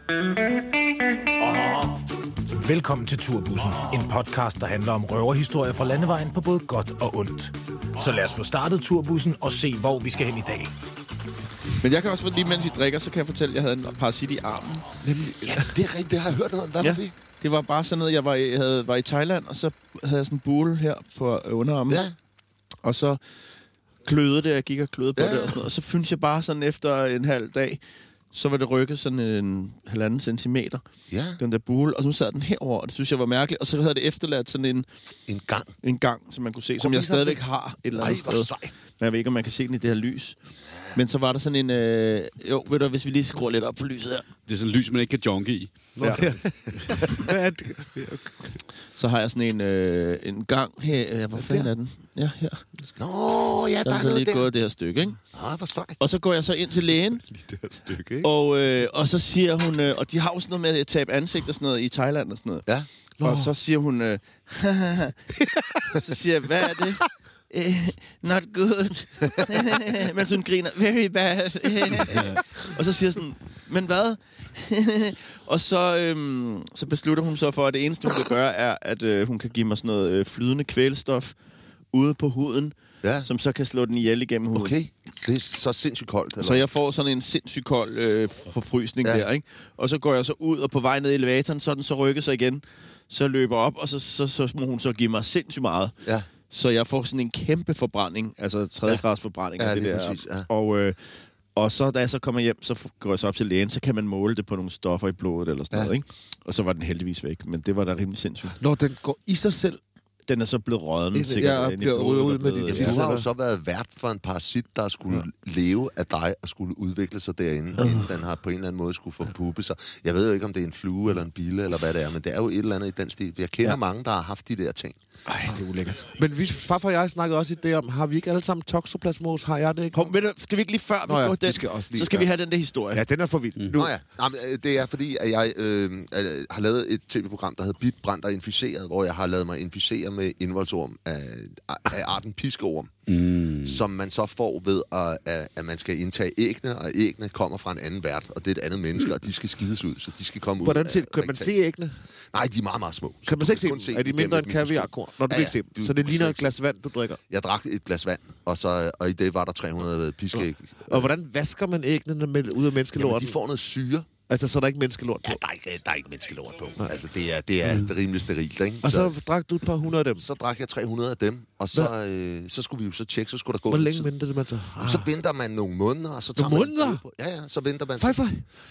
Velkommen til Turbussen, en podcast, der handler om røverhistorier fra landevejen på både godt og ondt. Så lad os få startet Turbussen og se, hvor vi skal hen i dag. Men jeg kan også, lige mens I drikker, så kan jeg fortælle, at jeg havde en parasit i armen. Nemlig, ja, det er rigtigt, det har jeg hørt noget om. Hvad var det? Det var bare sådan noget, jeg var i Thailand, og så havde jeg sådan en bule her for underarmen. Ja. Og så kløede det, jeg gik og kløede på det og sådan noget. Og så fyndte jeg bare sådan efter en halv dag, så var det rykket sådan en 1,5 centimeter, den der bule, og så sad den herover, og det synes jeg var mærkeligt. Og så havde det efterladt sådan en gang, som man kunne se, som jeg stadigvæk har et eller andet sted. Men jeg ved ikke, om man kan se den i det her lys. Men så var der sådan en... ved du, hvis vi lige skruer lidt op på lyset her. Det er sådan en lys, man ikke kan junke i. Ja. Så har jeg sådan en gang her. Hvor fanden er den? Ja, her. Nå, ja, der er så noget lige der. gået det her stykke, ikke? Hvor sejt. Og så går jeg så ind til lægen. Lige det her stykke, ikke? Og så siger hun... og de har jo sådan noget med at tabe ansigt og sådan noget i Thailand og sådan noget. Ja. Og så siger hun... så siger jeg, hvad er det? Not good. Men hun griner, very bad. Og så siger jeg sådan, men hvad? Og så beslutter hun så for, at det eneste, hun kan gøre, er, at hun kan give mig sådan noget flydende kvælstof ude på huden, som så kan slå den ihjel igennem huden. Okay, det er så sindssygt koldt. Eller? Så jeg får sådan en sindssygt kold forfrysning der, ikke? Og så går jeg så ud, og på vej ned i elevatoren, så den så rykker sig igen. Så løber op, og så må hun så give mig sindssygt meget. Ja. Så jeg får sådan en kæmpe forbrænding, altså 3. grads forbrænding af det der. Præcis, ja. Og så da jeg så kommer hjem, så går jeg så op til lægen, så kan man måle det på nogle stoffer i blodet eller sådan noget, ikke? Og så var den heldigvis væk, men det var da rimelig sindssygt. Når den går i sig selv. Den er så blevet rådden, sikkert. Jeg bliver røget ud med det. Du har jo så været vært for en parasit, der skulle leve af dig og skulle udvikle sig derinde, inden den har på en eller anden måde skulle forpuppe sig. Jeg ved jo ikke, om det er en flue eller en bille eller hvad det er, men det er jo et eller andet i den stil. Jeg kender mange, der har haft de der ting. Ej, det er ulækkert. Men farfar og jeg snakkede også i det om, har vi ikke alle sammen toxoplasmose? Har jeg det ikke? Kom, skal vi ikke lige før vi går den? Så skal vi have den der historie. Ja, den er for vild. Nå ja, det er fordi, at jeg har lavet et tv-program, der hedder Bit, Brændt og Inficeret, hvor jeg har lavet mig inficere med indvoldsorm af arten piskeorm, som man så får ved, at man skal indtage æggene, og æggene kommer fra en anden vært, og det er et andet menneske, og de skal skides ud, så de skal komme ud. Kan man se æggene? Nej, de er meget, meget små. Kan man ikke se dem? Er de mindre end kaviarkorn? Når du ikke se dem. Så det ligner et glas vand, du drikker? Jeg drak et glas vand, og i det var der 300 piskeæg. Og hvordan vasker man æggene ud af menneskelorten? Jamen, de får noget syre. Altså, så er der ikke menneskelort på? Ja, der er ikke menneskelort på. Nej. Altså, det er rimelig sterilt, ikke? Og så drak du et par 100 af dem? Så drak jeg 300 af dem, og så skulle vi jo så tjekke, så skulle der gå... Hvor længe venter det, man så? Så venter man nogle måneder, og så tager man... Måneder? Ja, så venter man... Fej.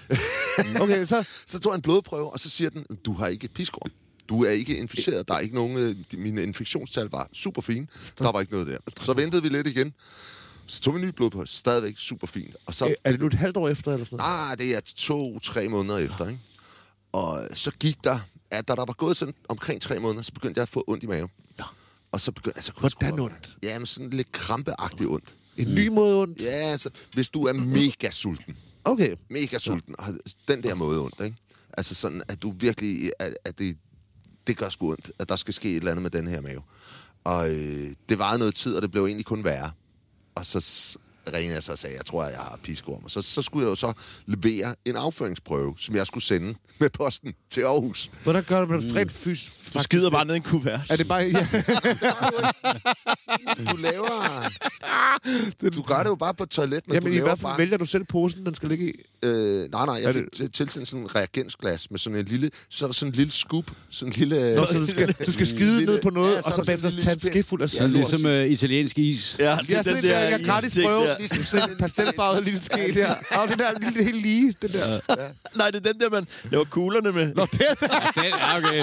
Okay, så tog jeg en blodprøve, og så siger den, du har ikke piskeorm. Du er ikke inficeret. Der er ikke nogen... Mine infektionstal var super fine. Der var ikke noget der. Så ventede vi lidt igen. Så tog vi en ny blodprøve. Stadigvæk super fint. Og så... Er det nu et halvt år efter, eller sådan noget? Nej, det er 2-3 måneder efter, ikke? Og så gik der... Da der var gået sådan omkring 3 måneder, så begyndte jeg at få ondt i maven. Ja. Og så begyndte... Altså, hvordan ondt? Ja, men sådan lidt krampeagtigt ondt. En ny måde ondt? Ja, altså, hvis du er mega sulten. Okay. Mega sulten. Og den der måde ondt, ikke? Altså sådan, at du virkelig... At det gør sgu ondt, at der skal ske et eller andet med den her mave. Og det varede noget tid, og det blev egentlig kun værre. Og så ringede jeg så og sagde, jeg tror, jeg har piskeorm. Og så skulle jeg jo så levere en afføringsprøve, som jeg skulle sende med posten til Aarhus. Hvordan gør du med det rent fysisk? Du skider bare ned i en kuvert. Er det bare... Ja. Du laver... Du gør det jo bare på et toilet, men jamen, du i hvert fald vælger du selv posen, den skal ligge i? Nej, jeg fik tilsendt sådan en reagensglas med sådan en lille... Så er der sådan en lille scoop, sådan en lille... Nå, så du skal skide ned på noget, og så bagefter tage en skefuld af sådan ligesom italiensk is. Ja, det er den der gratis prøve, ligesom sådan en pastelfarvet lille ske der. Og den der lille helt lige, den der. Ja. Nej, det er den der, man laver kuglerne med. Nå, det er okay.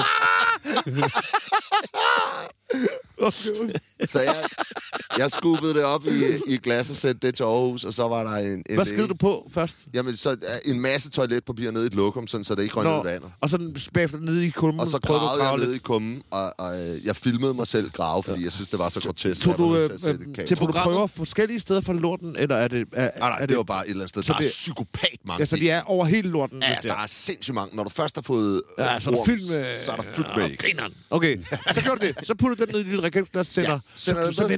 Så jeg skubbede det op i glas og sendte det til Aarhus, og så var der en hvad skede du på først? Jamen, så en masse toiletpapir nede i et lokum, sådan, så det ikke røg ned i vandet. Og så bagefter nede i kummen? Og så gravede jeg nede i kummen, og jeg filmede mig selv grave, fordi jeg synes, det var så grotesk. Tog du prøver forskellige steder for lorten, eller er det... Nej, det var bare et eller andet sted. Der er psykopat mange. Ja, så de er over hele lorten? Ja, der er sindssygt mange. Når du først har fået så er der fyldt med... Så er der fyldt med. Okay, så gør du det. Så putter du den ned i et lille reagensglas, så vender du igen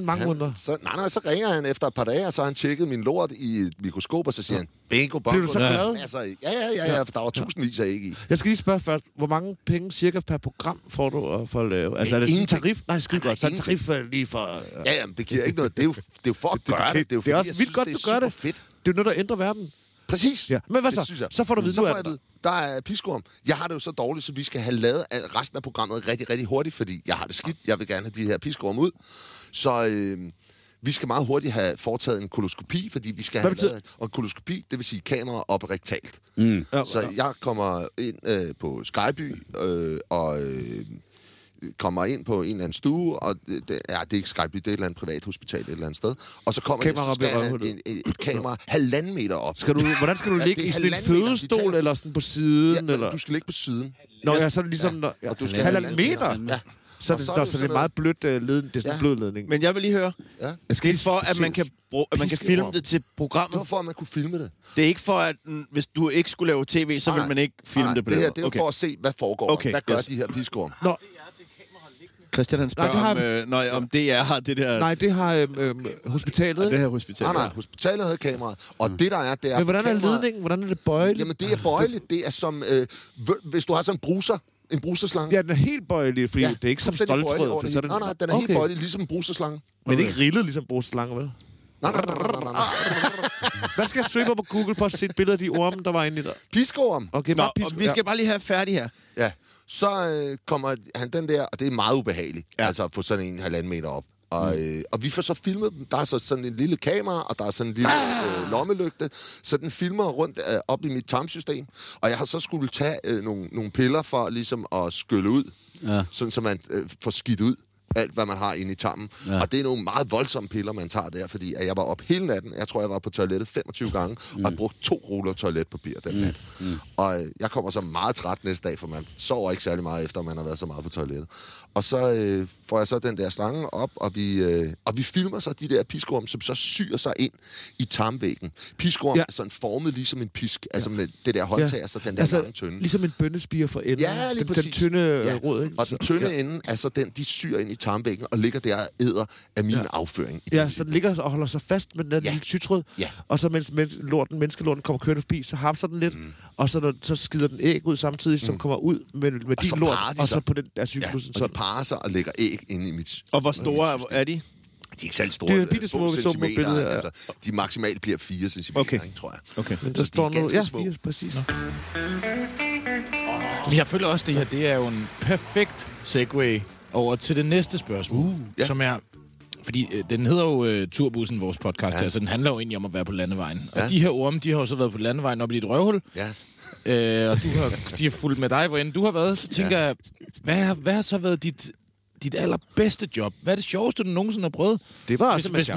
mange måneder. Så ringer han efter et par dage, og så har han tjekket min lort i et mikroskop, og så siger han, bingo, bongo. Bliver du så glad? Ja, for der var tusindvis af æg i. Jeg skal lige spørge først, hvor mange penge cirka per program får du for at lave? Altså, er det sådan en tarif? Nej, skide godt. Så en tarif lige for... Ja, men det giver ikke noget. Det er jo for at gøre det. Det er også vildt godt, du gør det. Fedt. Det er jo noget, der ændrer verden. Præcis. Ja. Men hvad så? Så får du vide, der er piskorm. Jeg har det jo så dårligt, så vi skal have lavet resten af programmet rigtig, rigtig hurtigt, fordi jeg har det skidt. Jeg vil gerne have de her piskorm ud. Så vi skal meget hurtigt have foretaget en koloskopi, fordi vi skal have lavet en koloskopi, det vil sige kamera op rektalt. Så jeg kommer ind på Skyby og kommer ind på en eller anden stue, og det er ikke Skyby, det er et eller andet privat hospital et eller andet sted. Og så kommer et kamera 1,5 meter op. Hvordan skal du ligge i sådan en fødestol, eller sådan på siden? Ja, eller? Du skal ligge på siden. Nå, ja, så er det ligesom... Og du skal 1,5 meter? Ja. Så det er meget blødt ledning. Det er sådan en blød ledning. Men jeg vil lige høre. Ja. Det er ikke for, at man kan filme det til programmet. Det var for, at man kunne filme det. Det er ikke for, at hvis du ikke skulle lave tv, så vil man ikke filme det på det her. Det Det er for at se, hvad foregår. Hvad gør de her piskorm? Nå. Christian, han spørger om DR har det der... Nej, det har hospitalet. Det her hospitalet. Nej, hospitalet havde kameraet. Og det der er, det er... Men hvordan er ledningen? Hvordan er det bøjeligt? Jamen, det er bøjeligt. Det er som... hvis du har sådan en bruser... En bruserslange. Ja, den er helt bøjelig, fordi det er ikke som stoltråd. Nej, den er helt bøjelig, ligesom en bruserslange. Men det er ikke rillet ligesom bruserslange, vel? Nej. Hvad skal jeg søge på Google for at se et billede af de orme, der var inde i der? Piskorm. Okay, og vi skal bare lige have færdig her. Ja, så kommer han den der, og det er meget ubehageligt. Altså at få sådan en 1,5 meter op. Og vi får så filmet dem. Der er så sådan en lille kamera, og der er sådan en lille lommelygte. Så den filmer rundt op i mit tarmsystem. Og jeg har så skulle tage nogle piller for ligesom at skylle ud. Ja. Sådan så man får skidt ud alt, hvad man har inde i tarmen. Ja. Og det er nogle meget voldsomme piller, man tager der, fordi jeg var op hele natten. Jeg tror, jeg var på toilettet 25 gange, og har brugt 2 ruller toiletpapir den nat. Og jeg kommer så meget træt næste dag, for man sover ikke særlig meget efter, man har været så meget på toilettet. Og så får jeg så den der slange op, og vi filmer så de der piskorm, som så syr sig ind i tarmvæggen. Piskorm er sådan formet ligesom en pisk, altså med det der håndtag, så den der lange tynde. Ligesom en bønnespiger for enden. Ja, lige præcis. Den tynde rod, ikke? Og den tynde ende er så den, de syr ind i tarmvæggen, og ligger der og æder af min afføring. Ja, så den ligger og holder sig fast med den lille sytråd. Ja. Og så mens menneskelorten kommer kørende forbi, så hapser den lidt, og så skider den æg ud samtidig, som kommer ud med din lort, og så på den der cyklusen. Og de parer sig og lægger æg inde i mit... Og hvor store er de? De er ikke særlig store. Det er bittesmå centimeter. Altså, de maksimalt bliver 4 centimeter, tror jeg. Okay. Men der står noget... Ja, 4, præcis. Men jeg føler også, det her, det er jo en perfekt segue over til det næste spørgsmål, som er... Fordi den hedder jo Turbussen, vores podcast her, så den handler jo egentlig om at være på landevejen. Og de her orme, de har jo så været på landevejen op i dit røvhul. Ja. Og de har fulgt med dig, hvorend du har været. Så tænker jeg, hvad har så været dit allerbedste job? Hvad er det sjoveste, du nogensinde har prøvet? Det var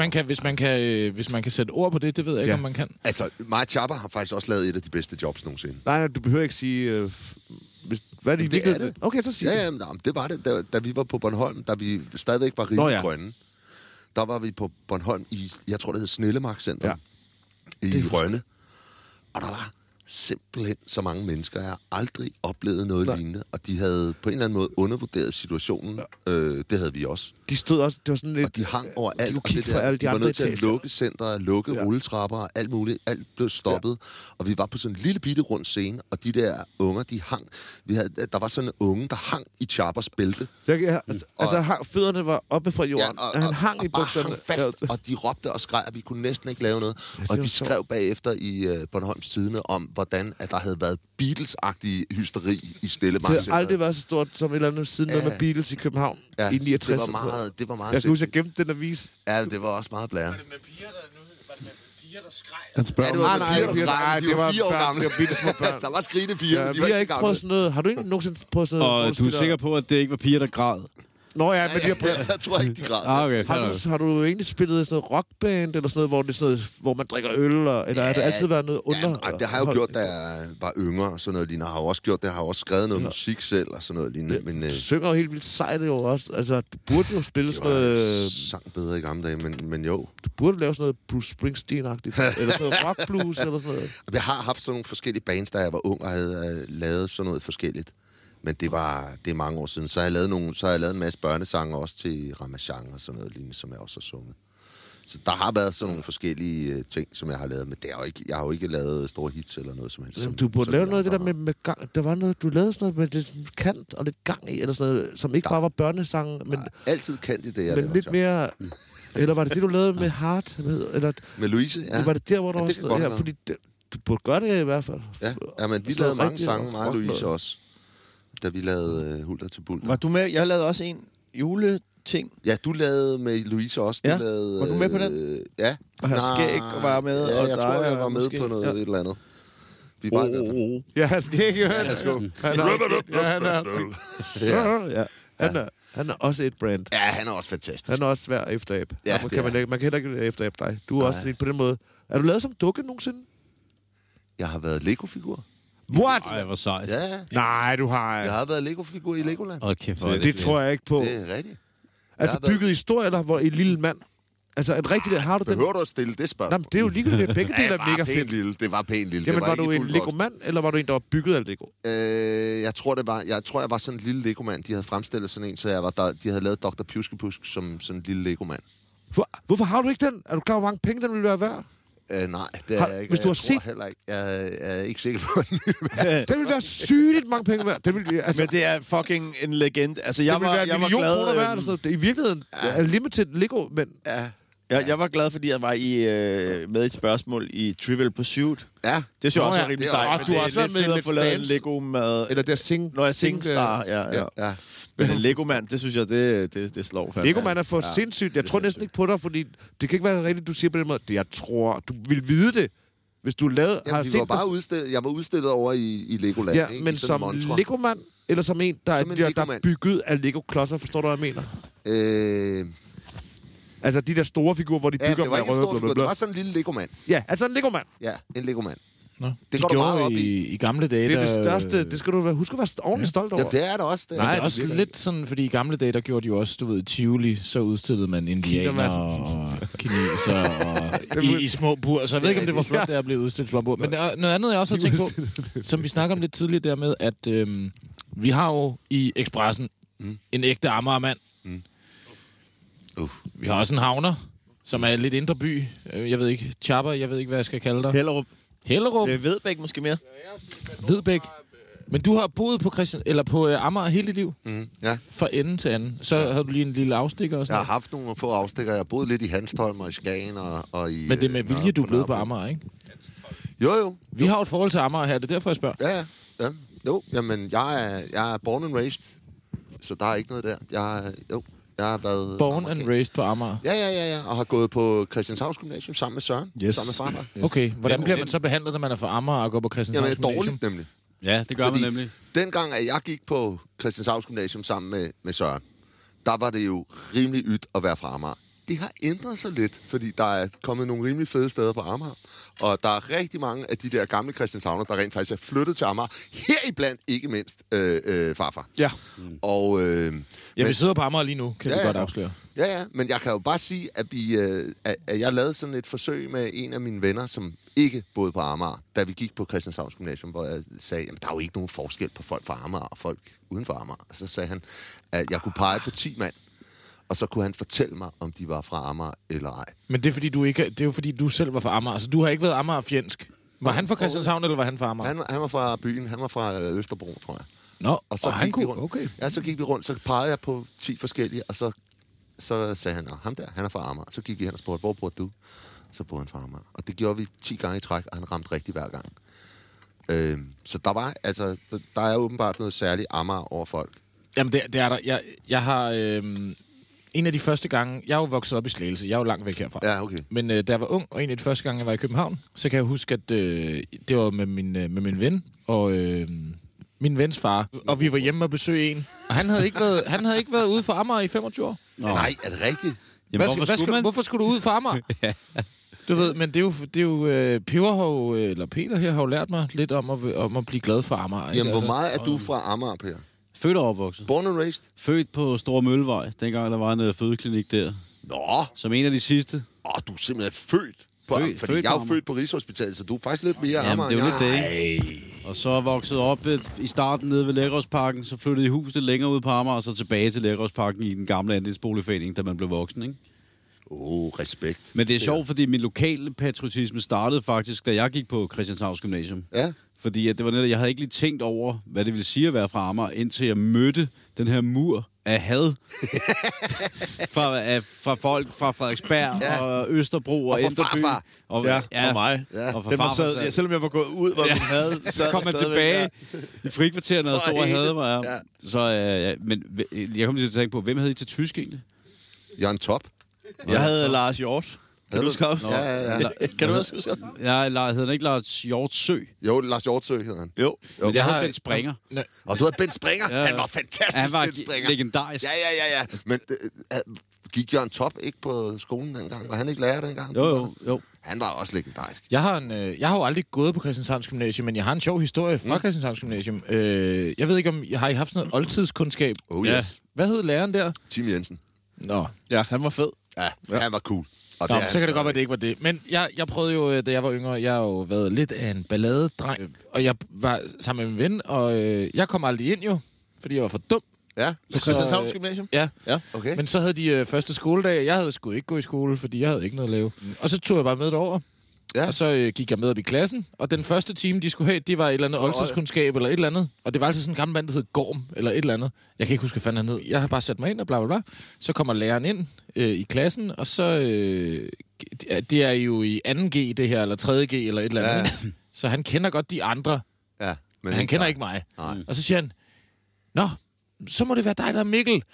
hvis man kan sætte ord på det, det ved jeg ikke, om man kan. Altså, mig og Chapper har faktisk også lavet et af de bedste jobs nogensinde. Nej, du behøver ikke sige... Hvad er det, det er det. Okay, så siger ja, det var det, da vi var på Bornholm, da vi stadigvæk var rimelig grønne. Der var vi på Bornholm i, jeg tror det hed Snellemarkscenter, i Rønne. Og der var simpelthen så mange mennesker. Jeg har aldrig oplevet noget lignende. Og de havde på en eller anden måde undervurderet situationen. Det havde vi også. De stod også, det var sådan lidt... Og de hang overalt. De var nødt til at lukke centret, lukke rulletrapper og alt muligt. Alt blev stoppet. Og vi var på sådan en lille bitte rund scene, og de der unger, de hang. Der var sådan en unge, der hang i Chappers bælte. Fødderne var oppe fra jorden. Ja, han hang i bukserne. Hang fast, og de råbte og skreg, og vi kunne næsten ikke lave noget. Og de skrev bagefter i Bornholms Tidende om, hvordan at der havde været Beatles-agtig hysteri i Snellemarkscenteret. Det har aldrig været så stort som et eller andet siden noget med Beatles i København i 69. Det var meget jeg kan huske, at jeg gemte den avis. Ja, det var også meget blære. Var det med piger, der skreg? Han spørger, det var med piger, der skreg. De var 4 år gamle. Der var skrigende piger, men de var ikke så gamle. Sådan noget. Har du ikke nogensinde prøvet sådan noget? Og du er sikker på, at det ikke var piger, der græd? Nå ja, men de har prøvet... Jeg tror ikke, de græd. Okay, har du egentlig spillet sådan noget rockband, eller sådan noget, hvor det er sådan noget, hvor man drikker øl, eller har det altid været noget under? Ja, det har jeg jo gjort, da jeg var yngre, og sådan noget lignende. Jeg har også gjort det, jeg har også skrevet noget musik selv, og sådan noget lignende. Men, du synger jo helt vildt sejt jo også. Altså, du burde jo spille sådan noget... sang bedre i gamle dage, men jo. Du burde lave sådan noget Bruce Springsteen-agtigt, eller sådan noget rockblues, eller sådan noget. Jeg har haft sådan nogle forskellige bands, da jeg var ung, og havde lavet sådan noget forskelligt. Men det er mange år siden. Så har jeg lavet en masse børnesange også til Ramachan og sådan noget lignende, som jeg også har sunget. Så der har været sådan nogle forskellige ting, som jeg har lavet, men jeg har jo ikke lavet store hits eller noget som helst. Du burde lave noget af det der med gang. Der var noget, du lavede sådan noget med det kant og lidt gang i, eller sådan noget, som ikke bare var børnesange, men... altid kant i det, jeg men lidt mere... Eller var det du lavede med Heart? Eller, med Louise, ja. Var det der, hvor du også... Ja, fordi du burde gøre det i hvert fald. Ja, men vi lavede mange sange, mig og Louise også, da vi lavede Hulter til Bulter. Var du med? Jeg lavede også en juleting. Ja, du lavede med Louise også. Ja. Lavede, var du med på den? Ja. Og har skæg og var med. Ja, og jeg tror, jeg var med på noget et eller andet. Vi var i hvert fald. Ja, han skal ikke høre det. Han er også et brand. Ja, han er også fantastisk. Han er også svær efteræb. Ja, man kan heller ikke efteræb dig. Du er også på den måde. Er du lavet som dukke nogensinde? Jeg har været Lego-figur. What? Ej, hvor sejt. Ja. Nej, du har... Jeg har været Lego-figur i Legoland. Okay, det tror jeg ikke på. Det er rigtigt. Altså bygget historie, eller hvor en lille mand... Altså, et rigtigt... Har du den... Behøver du at stille det spørgsmål? Jamen, det er jo ligegyldigt. Begge dele er mega fedt. Lille. Det var pænt lille. Jamen, var du en Lego-mand, eller var du en, der var bygget af Lego? Jeg tror, jeg var sådan en lille Lego-mand. De havde fremstillet sådan en, så de havde lavet Dr. Pjuskepusk som sådan en lille Lego-mand. Hvorfor har du ikke den? Er du klar, hvor mange penge den ville være værd? Nej, det er jeg ikke. Hvis du har set... heller ikke. Jeg er ikke sikker på den. Den ville være sygt mange penge værd. Men det er fucking en legende. Altså, jeg var glad. Værd, altså. I virkeligheden er limited Lego, men... Ja. Jeg var glad, fordi jeg var med i et spørgsmål i Trivial Pursuit. Ja. Det synes jeg også er rimelig sejt. Du har også med at få lavet en Lego-mad. Eller der SingStar, ja. Men en Lego-mand, det synes jeg, det slår fandme. Lego-mand er for sindssygt. Jeg tror næsten ikke på dig, fordi det kan ikke være rigtigt, du siger på den måde. Jeg tror, du vil vide det, hvis du lavede... Jeg var udstillet over i Legoland. Ja, men som Lego-mand, eller som en, der er bygget af Lego-klodser, forstår du, hvad jeg mener? Altså de der store figurer, hvor de bygger med røde. Det var sådan en lille Lego-mand. Ja, altså en Lego-mand. Ja, en Lego-mand. Nå, det går du meget op i gamle dage. Det er det største. Det skal du huske at være ordentligt stolt over. Ja, det er det også. Nej, det er også lidt sådan, fordi i gamle dage, der gjorde de jo også, du ved, Tivoli, så udstillede man indianer og kineser og i små bur. Så jeg ved ikke, om det var flot, der blev udstillet små bur. Men noget andet, jeg også har tænkt på, som vi snakker om lidt tidligere der med, at vi har jo i Expressen en ægte Amagermand. Vi har også en havner, som er lidt indre by. Jeg ved ikke, Chapper, jeg ved ikke, hvad jeg skal kalde dig. Hellerup. Vedbæk måske mere. Vedbæk. Men du har boet på Amager hele dit liv? Ja. Fra ende til anden. Så havde du lige en lille afstikker og sådan. Jeg har haft nogle få afstikker. Jeg har boet lidt i Hanstholm og i Skagen og i... Men det er med vilje, du er blevet på Amager, ikke? Jo. Vi har jo et forhold til Amager her, det er derfor, jeg spørger. Ja. Jo, jamen, jeg er born and raised, så der er ikke noget der. Jeg har været... Born and raised på Amager? Ja, og har gået på Christianshavns Gymnasium sammen med Søren. Yes. Sammen med farfar. Yes. Okay, hvordan bliver man så behandlet, når man er fra Amager og går på Christianshavns Gymnasium? Jamen, dårligt nemlig. Ja, det gør man nemlig. Dengang, at jeg gik på Christianshavns Gymnasium sammen med Søren, der var det jo rimelig ydt at være fra Amager. Det har ændret sig lidt, fordi der er kommet nogle rimelig fede steder på Amager. Og der er rigtig mange af de der gamle Christianshavner, der rent faktisk er flyttet til Amager. Heriblandt ikke mindst farfar. Ja. Og, vi sidder på Amager lige nu, kan vi godt afsløre. Ja, men jeg kan jo bare sige, at jeg lavede sådan et forsøg med en af mine venner, som ikke boede på Amager, da vi gik på Christianshavns Gymnasium, hvor jeg sagde, at der er jo ikke nogen forskel på folk fra Amager og folk uden for Amager. Og så sagde han, at jeg kunne pege på 10 mand, og så kunne han fortælle mig, om de var fra Amager eller ej. Men det er fordi det er jo fordi du selv var fra Amager, så du har ikke været Amager-fjendsk. Var han fra Christianshavn, eller var han fra Amager? Han var fra byen, han var fra Østerbro, tror jeg. Nå, og så han kunne, okay. Ja, så gik vi rundt, så pegede jeg på 10 forskellige, og så sagde han, ham der, han er fra Amager. Så gik vi hen og spurgte, hvor bor du? Så boede han fra Amager. Og det gjorde vi 10 gange i træk, og han ramte rigtig hver gang. Så der er åbenbart noget særligt Amager over folk. Jamen, det er der. Jeg har... en af de første gange... Jeg er jo vokset op i Slagelse. Jeg er jo langt væk herfra. Ja, okay. Men da jeg var ung, og en af de første gange, jeg var i København, så kan jeg huske, at det var med min ven, og min vens far. Og vi var hjemme og besøge en. Og han havde ikke været ude for Amager i 25 år. Nej, er det rigtigt? Jamen, hvorfor skulle du ud for Amager? Ja. Du ved, men det er jo Peber eller Peter her har jo lært mig lidt om at blive glad for Amager. Jamen, hvor meget er du fra Amager, Per? Født og opvokset. Born and raised? Født på Store Møllevej, dengang der var en fødeklinik der. Nå! Som en af de sidste. Du er simpelthen født på Amager. Fordi jeg er jo født på Rigshospitalet, så du er faktisk lidt mere Amager. Jamen, det er jo lidt det, ikke? Og så voksede op i starten nede ved Lækkeråsparken, så flyttede i hus lidt længere ud på Amager, og så tilbage til Lækkeråsparken i den gamle andelsboligforening, da man blev voksen, ikke? Respekt. Men det er sjovt, fordi min lokale patriotisme startede faktisk, da jeg gik på Christianshavns Gymnasium. Ja. Fordi at det var netop, jeg havde ikke lige tænkt over, hvad det ville sige at være fra Amager, indtil jeg mødte den her mur af had fra folk fra Frederiksberg og Østerbro og Indreby. Og mig. Ja. Og fra selvom jeg var gået ud, hvor man havde... Så kom man tilbage i frikvarteren og stod og havde mig. Ja. Så, men jeg kom til at tænke på, hvem havde I til tysk egentlig? Jørgen Top. Jeg havde Lars Hjort. Kan du huske ham? Ja. Kan du huske ham? Ja, hedder han ikke Lars Hjortsø? Jo, Lars Hjortsø hedder han. Jo. Men jeg havde Bent Springer. Og du havde Bent Springer? Ja. Han var fantastisk, han var Bent Springer. Legendarisk. Ja. Men gik Jørgen Top ikke på skolen dengang? Var han ikke lærer dengang? Jo. Han var også legendarisk. Jeg har jo aldrig gået på Christianshavns Gymnasium, men jeg har en sjov historie fra Christianshavns Gymnasium. Jeg ved ikke, om har I haft sådan noget oldtidskundskab? Oh yes. Hvad hed læreren der? Tim Jensen. Nå. Ja, han var fed. Ja, han var cool. Nå, så kan det godt være, det ikke var det. Men jeg prøvede jo, da jeg var yngre, jeg har jo været lidt af en balladedreng. Og jeg var sammen med min ven, og jeg kom aldrig ind jo, fordi jeg var for dum. Ja. På Christianshavns Gymnasium? Ja. Okay. Men så havde de første skoledag. Jeg havde sgu ikke gået i skole, fordi jeg havde ikke noget at lave. Og så tog jeg bare med derover. Ja. Og så gik jeg med op i klassen, og den første time, de skulle have, det var et eller andet oldtidskundskab eller et eller andet. Og det var altså sådan en gammel mand, der hed Gorm, eller et eller andet. Jeg kan ikke huske, hvad fanden han hed. Jeg har bare sat mig ind og bla bla bla. Så kommer læreren ind i klassen, og så... det er jo i 2G det her, eller 3G eller et eller andet. Ja. Så han kender godt de andre, men han kender ikke mig. Nej. Og så siger han, nå, så må det være dig, der er Mikkel.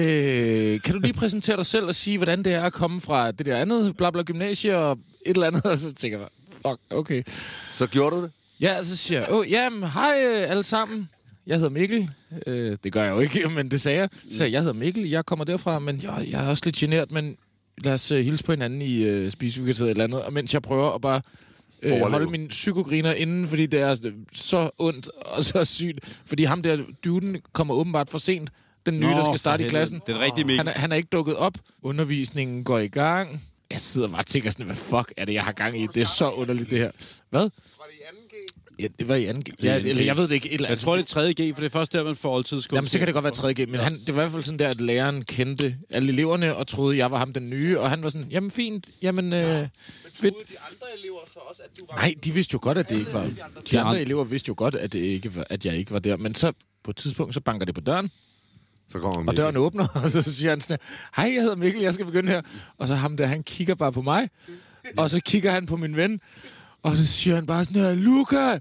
Kan du lige præsentere dig selv og sige, hvordan det er at komme fra det der andet blabla gymnasie og et eller andet? Og så tænker jeg, fuck, okay. Så gjorde du det? Ja, så siger jeg, jamen, hej alle sammen. Jeg hedder Mikkel. Det gør jeg jo ikke, men det sagde jeg. Så jeg hedder Mikkel, jeg kommer derfra, men jeg er også lidt genert, men lad os hilse på hinanden i spisevikativet eller andet. Og mens jeg prøver at bare holde mine psykogriner inden, fordi det er så ondt og så sygt. Fordi ham der duden kommer åbenbart for sent. Den nye, der skal starte i klassen. Det er rigtig Mikkel. Han er ikke dukket op. Undervisningen går i gang. Jeg sidder bare og tænker sådan, hvad fuck er det, jeg har gang i? Det er så underligt, det her. Hvad? Var det i 2G? Ja, det var i 2G. Ja, eller jeg ved det ikke. Jeg tror, det er 3G, for det er først der, man får oldtidskundskab. Jamen, så kan det godt være 3G. Men det var i hvert fald sådan der, at læreren kendte alle eleverne og troede, jeg var ham den nye. Og han var sådan, jamen fint, jamen... Men troede de andre elever så også, at du var... Nej, de vidste jo godt, at det ikke var... De andre elever vidste jo godt, at jeg ikke var der. Men så på et tidspunkt, så banker det på døren. Så kommer Mikkel. Og døren åbner, og så siger han sådan, hej, jeg hedder Mikkel, jeg skal begynde her. Og så ham der, han kigger bare på mig, og så kigger han på min ven, og så siger han bare sådan her, Luca,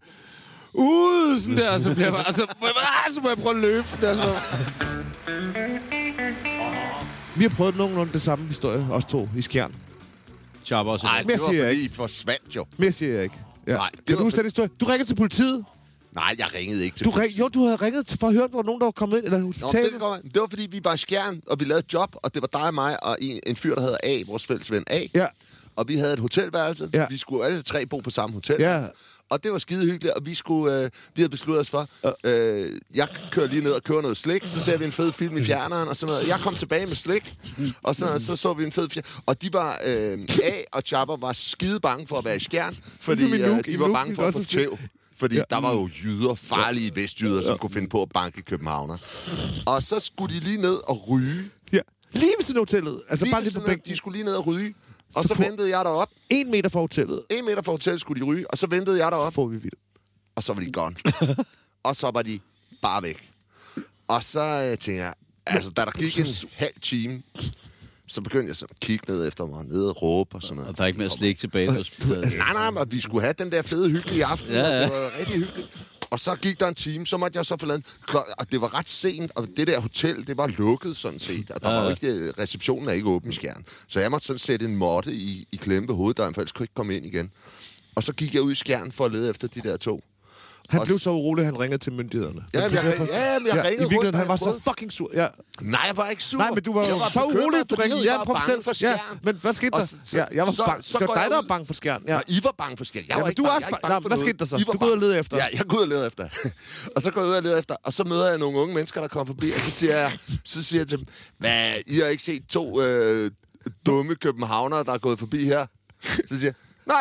ud, sådan der, og så bliver jeg bare, så må jeg prøve at løbe. Der, så. Vi har prøvet nogenlunde det samme historie, os to, i Skjern. Nej, det var fordi I forsvandt jo. Mere siger jeg ikke. Ja. Nej, kan du huske den historie? Du ringede til politiet. Nej, jeg ringede ikke til politiet. Jo, du havde ringet for at høre, om der var nogen, der var kommet ind, eller hospitalet. Det var fordi, vi var i Skjern, og vi lavede et job, og det var dig og mig, og en fyr, der hedder A, vores fælles ven A. Ja. Og vi havde et hotelværelse. Ja. Vi skulle alle tre bo på samme hotel. Ja. Og det var skide hyggeligt, og vi havde besluttet os for, jeg kører lige ned og kører noget slik, så ser vi en fed film i fjerneren og sådan noget. Jeg kom tilbage med slik, og så vi en fed film. Og de var, A og Chopper var skide bange for at være i Skjern, fordi de var bange for at få tæv. Fordi der var jo jyder, farlige vestjyder, som kunne finde på at banke københavner. Og så skulle de lige ned og ryge. Ja. Lige ved siden af hotellet. Altså lige bare lige på bænken. De skulle lige ned og ryge. Og så ventede jeg derop. 1 meter fra hotellet. 1 meter fra hotellet skulle de ryge, og så ventede jeg derop. Får vi vildt. Og så var de gone. Og så var de bare væk. Og så tænkte jeg, altså da der gik en halv time, så begyndte jeg så at kigge ned efter mig, ned og råbe og sådan noget. Og der er ikke mere slik tilbage. Nej, men vi skulle have den der fede hyggelige aften, ja. Og det var rigtig hyggeligt. Og så gik der en time, så måtte jeg så forlade. Og det var ret sent, og det der hotel, det var lukket sådan set. Og der var jo ikke, receptionen er ikke åben i Skjern. Så jeg måtte sådan sætte en måtte i klemme på hoveddøren, for ellers kunne jeg ikke komme ind igen. Og så gik jeg ud i Skjern for at lede efter de der to. Han blev så urolig, at han ringede til myndighederne. Ja, jeg ringede i virkeligheden, han var så fucking sur. Ja. Nej, jeg var ikke sur. Nej, men du var så urolig, at du ringede. Jeg var bange for Skjern. Ja, men hvad skete der? Jeg var bange. Det var dig, der var bange for Skjern. Ja. I var bange for Skjern. Jeg var ikke bange. Hvad skete der så? Du går ud og leder efter. Ja, jeg går ud og leder efter. Og så går jeg ud og leder efter. Og så møder jeg nogle unge mennesker, der kommer forbi. Og så siger jeg til dem, hvad, I har ikke set 2 dumme københavnere, der er gået forbi her? Så siger jeg, nej,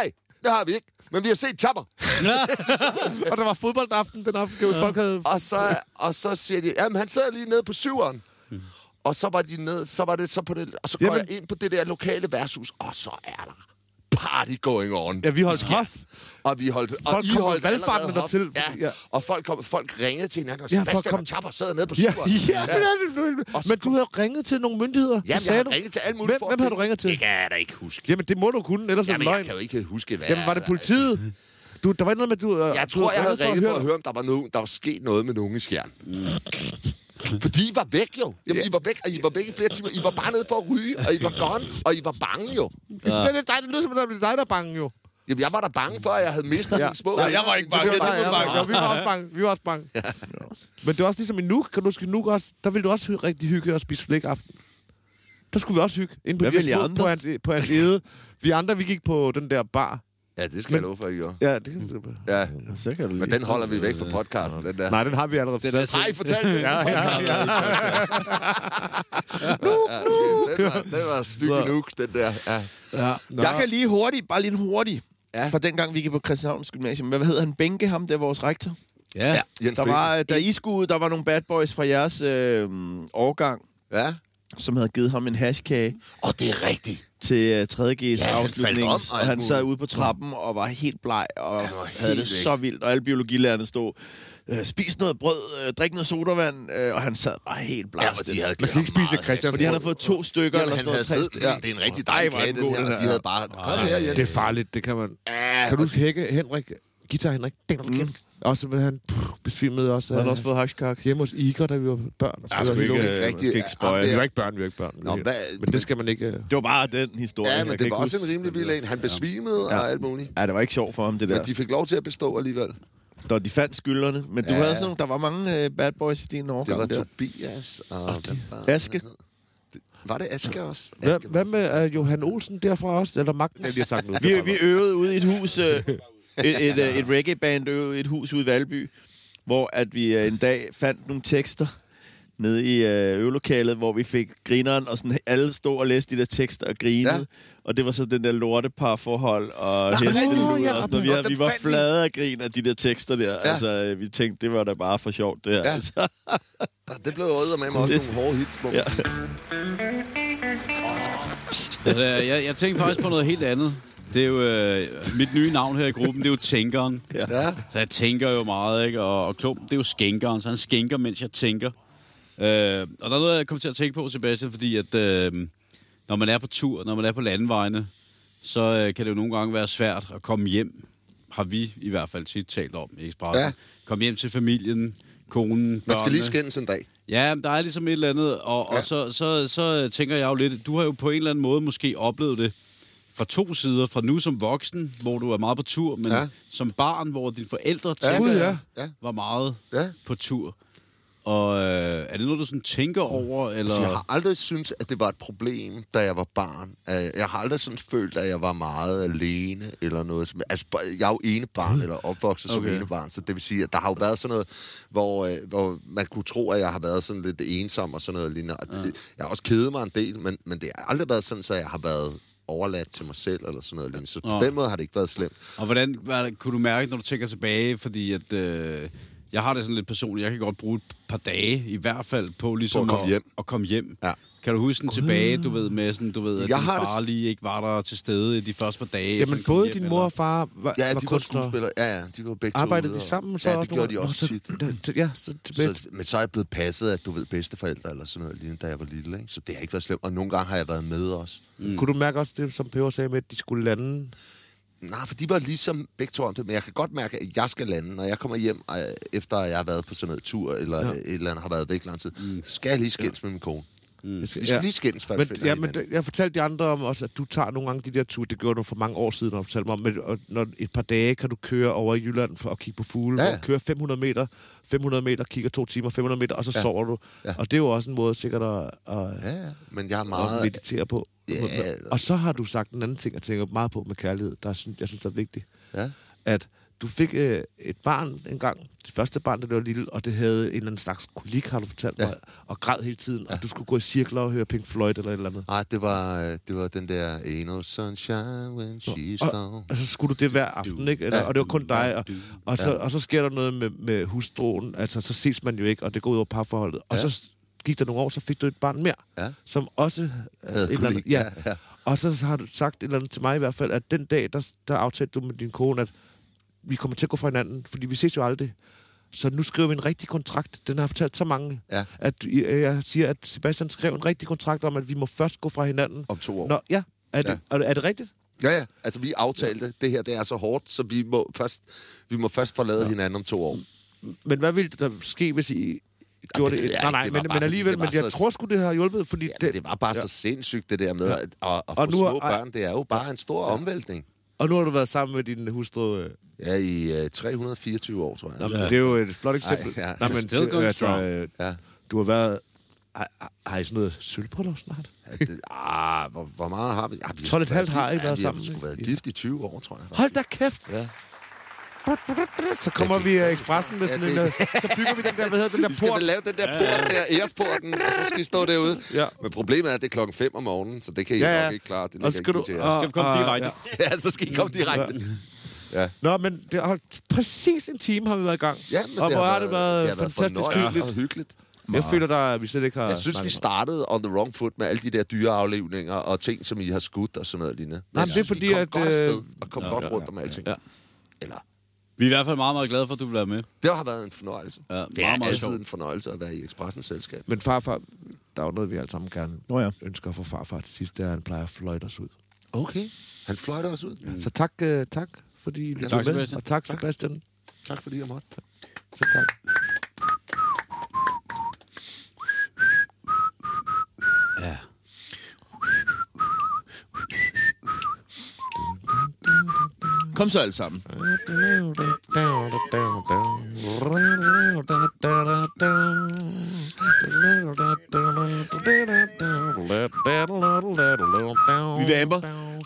det har vi ikke. Men vi har set Chopper. Og der var fodboldaften den aften, folk havde... Og så siger de, jamen han sidder lige nede på 7'eren. Og så var de nede, så var det så på det, og så går jeg ind på det der lokale værtshus, og så er der party going on. Ja, vi holdt hof. Og vi holdt, folk I holdt valgfartene dertil. Ja. Og folk ringede til hinanden og sagde, Bastian Chopper sidder nede på 7'eren. Men du havde ringet til nogle myndigheder. Jamen, jeg har ringet til alle mulige. Hvem har du ringet til? Det kan jeg da ikke huske. Jamen, det må du kunne, ellers er det løgn. Jeg kan jo ikke huske, hvad... Jamen, var det politiet? Der var noget med, du... Jeg tror, jeg havde ringet for at høre, om der var sket noget med nogen i Skjern. Fordi I var væk jo. Jamen, I var væk, og I var væk i flere timer. I var bare nede for at ryge, og I var gone, og I var bange jo. Det lyder som, det er dig, der er bange jo. Jamen, jeg var da bange for, at jeg havde mistet mine små. Nej, jeg var ikke bange. Vi var også bange. Ja. Men det er også ligesom i Nuuk. Kan du huske Nuuk også? Der ville du også rigtig hygge og spise slik aften. Der skulle vi også hygge. Inde på hans ede. Vi andre, vi gik på den der bar. Ja, det skal jeg love for, I gjorde. Ja, det kan du. Ja, så kan du men den holder vi væk fra podcasten, den der. Nej, den har vi allerede fortalt. Nej, fortæl det på podcasten. Det var stykke Nuuk, den der. Ja. Jeg kan lige hurtigt, bare lige hurtigt. Ja. Fra dengang vi gik på Christianshavns Gymnasium. Hvad hedder han? Bænke, ham der vores rektor? Ja. Jens da I skulle ud, der var nogle bad boys fra jeres årgang. Ja. Som havde givet ham en hashkage. Det er rigtigt. Til 3.G's afslutning. Og han sad ude på trappen og var helt bleg og havde det så vildt. Og alle biologilærerne stod, spis noget brød, drik noget sodavand, og han sad bare helt bleg. Ja, og de havde man skal ikke spise Christian. Fordi han havde fået 2 stykker. Jamen, eller sådan noget. Ja. Det er en rigtig dejlig kage, den her. Og de havde bare... Kom her, Jens. Det er farligt, det kan man... Kan du huske Henrik? Guitar Henrik? Også med han besvimede også. Han har også fået hashkage hjemme hos Iger, da vi var børn. Vi var ikke børn. Men det skal man ikke... Det var bare den historie. Ja, men det var også en rimelig vild en. Han besvimede og alt muligt. Ja, det var ikke sjovt for ham, det der. Men de fik lov til at bestå alligevel. De fandt skylderne. Men du havde sådan, der var mange bad boys i din årgang. Det var Tobias og... Aske. Var det Aske også? Hvad med Johan Olsen derfra også? Eller Magten? Vi øvede ude i et hus... Et reggae-band øvede i et hus ude i Valby, hvor at vi en dag fandt nogle tekster nede i øvelokalet, hvor vi fik grineren, og sådan alle stod og læste de der tekster og grinede. Ja. Og det var så den der lorteparforhold og hestelud og sådan noget. Vi var flade af grin af de der tekster der. Ja. Altså, vi tænkte, det var da bare for sjovt, det her. Ja. Altså. Det blev rødder med mig også nogle hårde hits, må man sige. Jeg tænkte faktisk på noget helt andet. Det er jo mit nye navn her i gruppen, det er jo Tænkeren. Ja. Så jeg tænker jo meget, ikke? Og Klump, det er jo Skænkeren, så han skænker, mens jeg tænker. Og der er noget, jeg kommer til at tænke på, Sebastian, fordi at når man er på tur, når man er på landevejene, så kan det jo nogle gange være svært at komme hjem. Har vi i hvert fald tit talt om i Expressen. Ja. Kom hjem til familien, konen, børnene. Man skal lige skændes en dag. Ja, der er ligesom et eller andet, og så tænker jeg jo lidt, du har jo på en eller anden måde måske oplevet det fra 2 sider, fra nu som voksen, hvor du er meget på tur, men som barn, hvor dine forældre var meget på tur. Og er det noget, du sådan tænker over? Eller? Altså, jeg har aldrig syntes, at det var et problem, da jeg var barn. Jeg har aldrig sådan følt, at jeg var meget alene, eller noget. Altså, jeg er jo enebarn, eller opvokset som enebarn, så det vil sige, at der har jo været sådan noget, hvor man kunne tro, at jeg har været sådan lidt ensom og sådan noget lignende. Jeg har også kedet mig en del, men det har aldrig været sådan, så jeg har været overladt til mig selv, eller sådan noget. Så på den måde har det ikke været slemt. Og hvordan kunne du mærke, når du tænker tilbage, fordi at... jeg har det sådan lidt personligt. Jeg kan godt bruge et par dage, i hvert fald, på ligesom at komme hjem. Ja. Kan du huske den tilbage, du ved, med sådan, du ved, at din far lige ikke var der til stede de første par dage? Jamen, både din mor og far var de var skuespillere. Ja, de var begge to. Arbejdede de sammen? Så det gjorde de også tit. Men så er jeg blevet passet af, du ved, bedsteforældre eller sådan noget, lige da jeg var lille, ikke? Så det har ikke været slemt. Og nogle gange har jeg været med også. Kunne du mærke også det, som Peber sagde med, at de skulle lande? Nej, for de var ligesom begge to om det, men jeg kan godt mærke, at jeg skal lande, når jeg kommer hjem, efter jeg har været på sådan noget tur, eller et eller andet har været væk lang tid, skal jeg lige skændes med min kone. Vi skal lige skændes, for jeg fortalte de andre om også, at du tager nogle gange de der ture, det gjorde du for mange år siden, og fortalte mig om, men når et par dage kan du køre over i Jylland for at kigge på fugle, hvor du kører 500 meter, kigger 2 timer, 500 meter, og så sover du. Ja. Og det er jo også en måde sikkert men jeg er meget... at meditere på. Og så har du sagt en anden ting, jeg tænker meget på med kærlighed, jeg synes er vigtigt. Ja. At du fik et barn engang, det første barn, der var lille, og det havde en eller anden slags kolik, har du fortalt mig, og græd hele tiden, og du skulle gå i cirkler og høre Pink Floyd eller et eller andet. Nej, det var den der Ain't no sunshine when she's gone. Og så skulle du det hver aften, ikke? Eller, og det var kun dig, og så sker der noget med hustruen, altså så ses man jo ikke, og det går ud over parforholdet. Og så gik der nogle år, så fik du et barn mere, som også havde et eller andet, ja. Og så har du sagt et eller andet til mig i hvert fald, at den dag, der aftalte du med din kone, at vi kommer til at gå fra hinanden, fordi vi ses jo aldrig. Så nu skriver vi en rigtig kontrakt. Den har fortalt så mange. Ja. At jeg siger, at Sebastian skrev en rigtig kontrakt om, at vi må først gå fra hinanden. Om 2 år. Nå, ja. Er det rigtigt? Ja. Altså, vi aftalte, det her det er så hårdt, så vi må først forlade hinanden om 2 år. Men hvad ville der ske, hvis I gjorde det? Nej, men alligevel, men jeg tror sgu, det har hjulpet, fordi... Det var bare så sindssygt, det der med at få små børn. Det er jo bare en stor omvæltning. Og nu har du været sammen med din hustru... Ja, i 324 år, tror jeg. Nå, det er jo et flot eksempel. Nej, men du har været... Har I sådan noget sølvbryllup snart? Hvor meget har vi? 12,5 har I været sammen. Vi har sgu været gift i 20 år, tror jeg. Hold da kæft! Ja. Så kommer vi i Expressen med sådan en... Så bygger vi den der, hvad hedder den der port? Vi skal lave den der port der, æresporten, og så skal I stå derude. Ja. Men problemet er, at det er 5:00 om morgenen, så det kan I nok ikke klare. Det og skal du komme direkte. Ja, så skal I komme direkte. Ja. Nå, men det har præcis en time har vi været i gang. Ja, men og hvor har det været fantastisk hyggeligt. Jeg føler, at vi slet ikke har... Jeg synes, vi startede on the wrong foot med alle de der dyreaflivninger og ting, som I har skudt og sådan noget lignende. Nej, men det er fordi, at... godt afsted og kom godt rundt om alting. Ja. Eller... Vi er i hvert fald meget, meget glade for, at du vil være med. Det har været en fornøjelse. Ja, det er meget altid en fornøjelse at være i Expressens selskab. Men farfar, der er jo noget, vi alle sammen gerne ønsker for farfar til sidst, det er, at han plejer at fløjte os ud. Okay, han fløjter os ud. Ja. Så tak, fordi I lyttede med. Og tak, Sebastian. Tak fordi jeg måtte. Så tak. Ja. Kom så alle sammen. Vi vamper.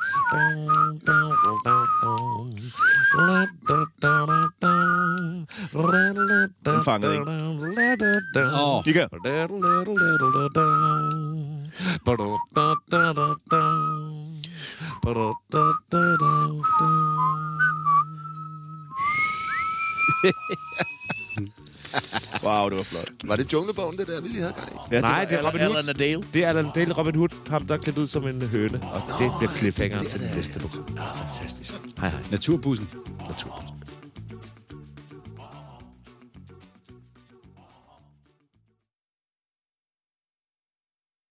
Den fangede ikke. Kigger. Wow, det var flot. Var det Junglebogen, det der, vi lige havde gang i? Ja, nej, det er Robin Hood. Alan Dale. Det er Alan Dale, Robin Hood, ham der er klædt ud som en høne. Og det bliver cliffhangeren til det næste program. Fantastisk. Hej. Naturbussen.